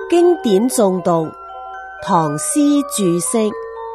經典誦讀，唐詩注釋。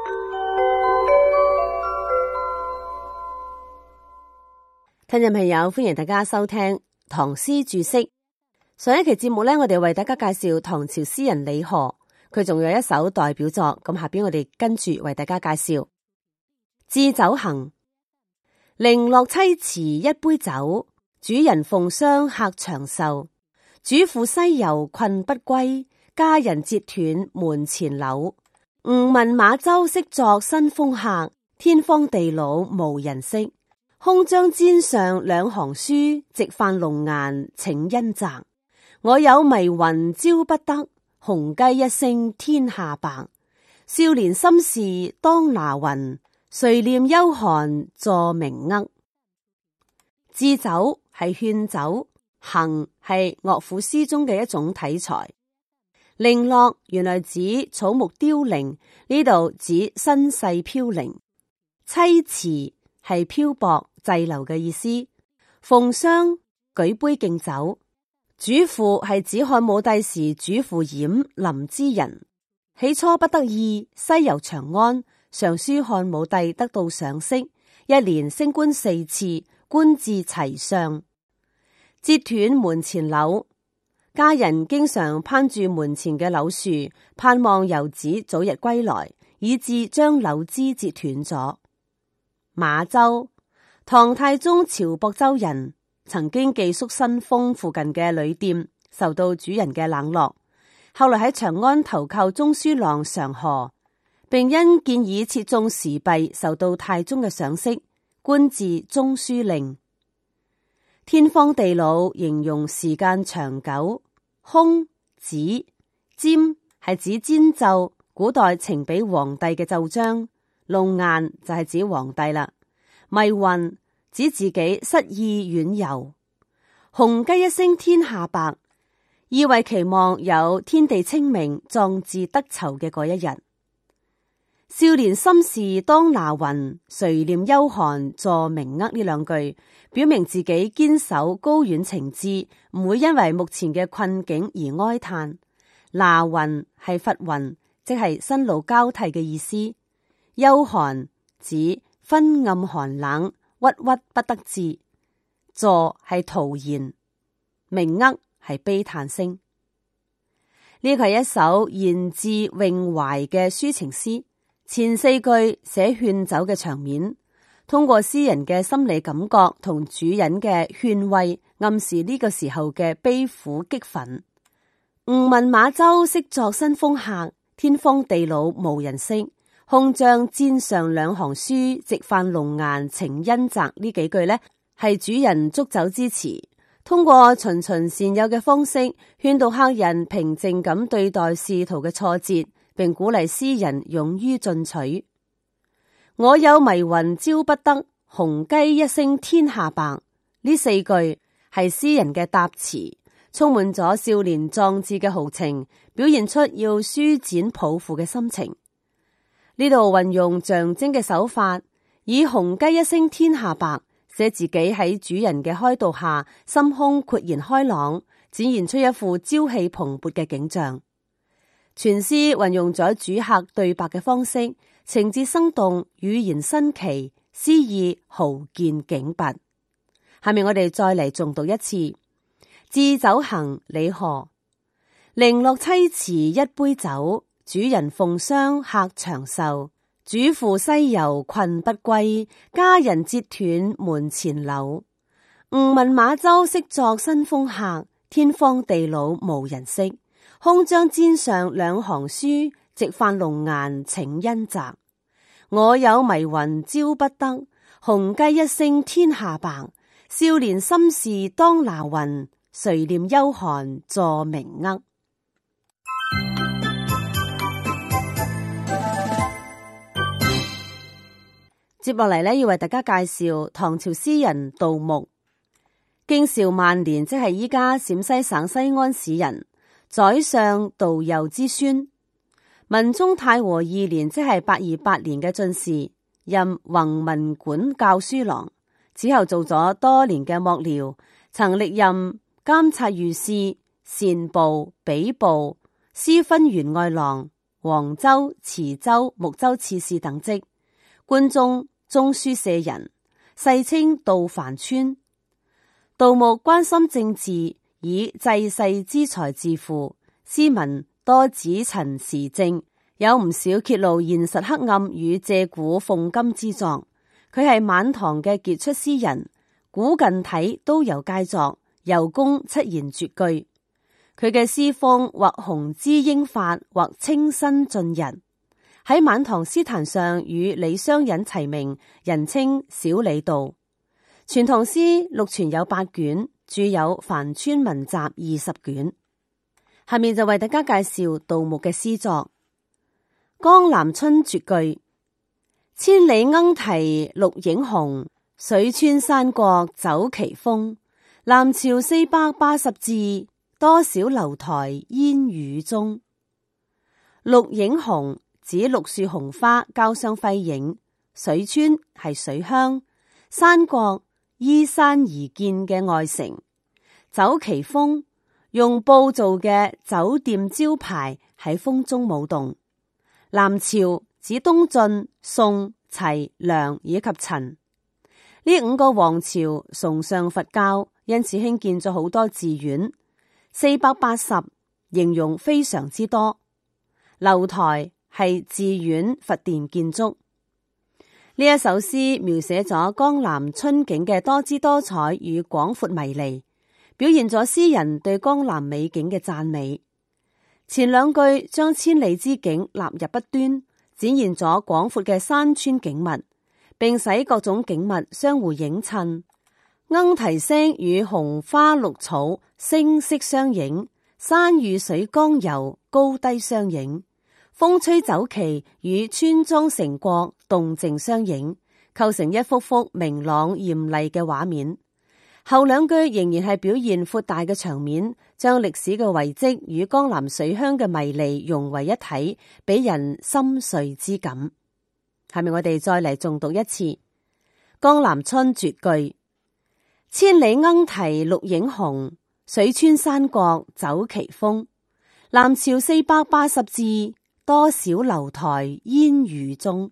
聽眾朋友，歡迎大家收聽唐詩注釋。上一期節目呢，我哋為大家介紹唐朝詩人李賀，佢仲有一首代表作。咁下邊我哋跟住為大家介紹《置酒行》。零落棲池一杯酒，主人奉觴客長壽。主父西遊困不歸，家人折斷門前柳。吾聞馬洲昔作新豐客，天荒地老無人識。空將簪上兩行書，直犯龍顏請恩澤。我有迷魂朝不得，雄雞一聲天下白。少年心事當拿雲，誰念幽寒坐明鶻。置酒係勸酒，行係樂府詩中嘅一種體裁。零落原來指草木凋零，呢度指身世飄零。棲池係漂泊滯留嘅意思。奉觴舉杯敬酒。主父係指漢武帝時主父冉臨之人。起初不得意，西遊長安，上書漢武帝得到賞識，一年升官4次，官至齊相。折斷門前柳，家人經常攀住門前嘅柳樹，盼望遊子早日歸來，以致將柳枝折斷咗。馬洲，唐太宗趙亳州人，曾經寄宿新豐附近嘅旅店，受到主人嘅冷落。後來喺長安投靠中書郎常何，並因建議設種時弊，受到太宗嘅賞識，官至中書令。天荒地老形容時間長久。空指簪係指簪繡，古代呈俾皇帝嘅奏章。龍顏就係指皇帝啦。迷魂指自己失意遠遊。雄雞一聲天下白，意為期望有天地清明、壯志得酬嘅嗰一日。少年心事當拿雲，誰念幽寒坐明鶻，呢兩句表明自己堅守高遠情志，唔會因為目前嘅困境而哀嘆。拿雲係拂雲，即係新老交替嘅意思。幽寒指昏暗寒冷，鬱鬱不得志。坐係徒然，明鶻係悲嘆聲。呢個係一首言志詠懷嘅抒情詩。前4句寫勸酒嘅場面，通過詩人嘅心理感覺同主人嘅勸慰，暗示呢個時候嘅悲苦激憤。吾聞馬洲昔作新豐客，天荒地老無人識。空將簪上兩行書，直犯龍顏請恩澤。呢幾句呢係主人祝酒之詞，通過循循善誘嘅方式勸導客人平靜咁對待仕途嘅挫折，並鼓勵詩人勇於進取。我有迷魂朝不得，雄雞一聲天下白。呢4句係詩人嘅答詞，充滿咗少年壯志嘅豪情，表現出要舒展抱負嘅心情。呢度運用象徵嘅手法，以雄雞一聲天下白寫自己喺主人嘅開導下，心胸豁然開朗，展現出一副朝氣蓬勃嘅景象。全詩運用咗主客對白嘅方式，情節生動，語言新奇，詩意豪健景拔。下面我哋再嚟重讀一次《置酒行》李賀。零落棲池一杯酒，主人奉觴客長壽。主父西遊困不歸，家人折斷門前柳。吾聞馬洲昔作新豐客，天荒地老無人識。空將簪上兩行書，直犯龍顏請恩澤。我有迷魂朝不得，雄雞一聲天下白。少年心事當拿雲，誰念幽寒坐明鶻。接落嚟呢，要為大家介紹唐朝詩人杜牧。京兆萬年，即係依家陝西省西安市人。宰相杜佑之孫。文宗太和2年，即係828年嘅進士，任弘文館校書郎。此後做咗多年嘅幕僚，曾歷任監察御史、善部、比部、 司分員外郎、黃州、池州、睦州刺史等職，官中中書舍人，世稱杜帆川。杜牧關心政治，以濟世之才自負，詩文多指陳時政，有唔少揭露現實黑暗與借古諷今之作。佢係晚唐嘅傑出詩人，古近體都有佳作，尤工七言絕句。佢嘅詩風或雄姿英發，或清新俊逸，喺晚唐詩壇上與李商隱齊名，人稱小李杜。全唐詩錄存有8卷，著有《帆川文集》20卷。下面就為大家介紹杜牧嘅詩作《江南春》絕句：千里鶯啼綠影紅，水村山國酒旗風。南朝480字，多少樓台煙雨中。綠影紅指綠樹紅花交相輝映，水村係水鄉，山國依山而建嘅外城，酒旗風用布做嘅酒店招牌喺風中舞動。南朝指東晉、宋、齊、梁以及陳呢5個王朝崇尚佛教，因此興建咗好多寺院，480形容非常之多。樓台係寺院佛殿建築。呢一首詩描寫咗江南春景嘅多姿多彩與廣闊迷離，表現咗詩人對江南美景嘅讚美。前2句將千里之景納入筆端，展現咗廣闊嘅山川景物，並使各種景物相互映襯。鶯啼聲與紅花綠草聲色相映，山與水江游高低相映。風吹酒旗與村莊城郭動靜相映，構成一幅幅明朗艷麗嘅畫面。後2句仍然係表現闊大嘅場面，將歷史嘅遺跡與江南水鄉嘅迷離融為一體，俾人心碎之感。下面我哋再嚟重讀一次《江南春》絕句：千里鶯啼綠影紅，水村山國酒旗風。南朝480字，多少樓台煙雨中。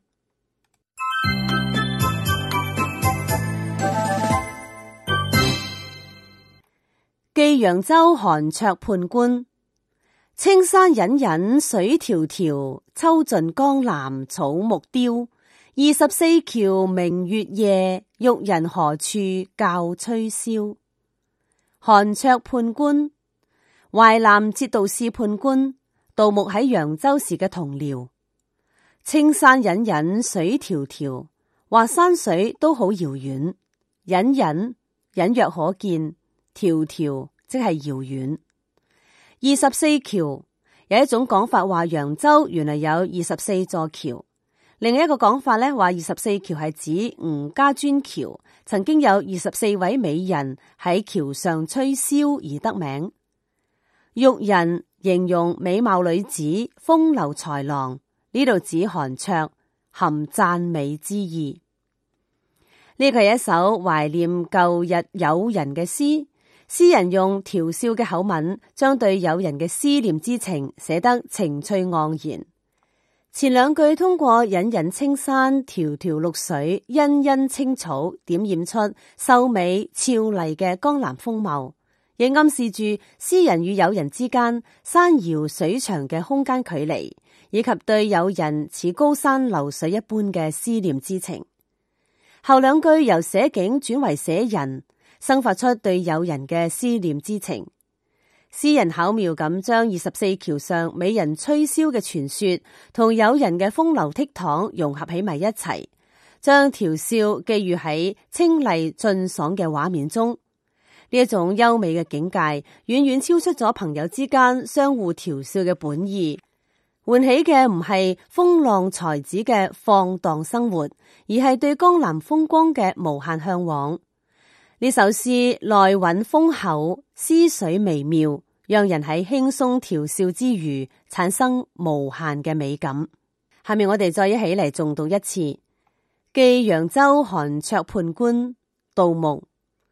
寄揚州韓綽判官：青山隱隱水迢迢，秋盡江南草木凋。24橋明月夜，玉人何處教吹簫。韓綽判官，淮南節度使判官，杜牧喺揚州時嘅同僚。青山隱隱水迢迢，話山水都好遙遠，隱隱隱約可見，迢迢即係遙遠。24橋有一種講法話揚州原來有24座橋，另一個講法呢話24橋係指吳家尊橋，曾經有24位美人喺橋上吹簫而得名。玉人形容美貌女子，風流才郎，呢度指韓綽，含讚美之意。呢個係一首懷念舊日友人嘅詩，詩人用調笑嘅口吻，將對友人嘅思念之情寫得情趣盎然。前2句通過隱隱青山、迢迢綠水、茵茵青草，點染出秀美俏麗嘅江南風貌，亦暗示住詩人與友人之間山遙水長嘅空間距離，以及對友人似高山流水一般嘅思念之情。後2句由寫景轉為寫人，生發出對友人嘅思念之情。詩人巧妙咁將24橋上美人吹簫嘅傳說同友人嘅風流倜儻融合起埋一齊，將調笑寄予喺清麗俊爽嘅畫面中。呢一種優美嘅境界遠遠超出咗朋友之間相互調笑嘅本意，喚起嘅唔係風浪才子嘅放蕩生活，而係對江南風光嘅無限向往。呢首詩內蘊豐厚，詩水微妙，讓人喺輕鬆調笑之餘產生無限嘅美感。下面我哋再一起嚟重讀一次《寄揚州韓綽判官》，杜牧：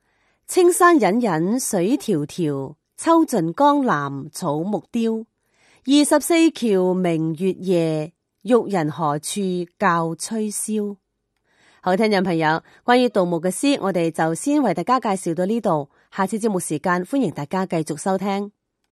青山隱隱水迢迢，秋盡江南草木凋。 24橋明月夜，玉人何處教吹簫。好，聽眾朋友，關於杜牧嘅詩，我哋就先為大家介紹到呢度。下次節目時間，歡迎大家繼續收聽。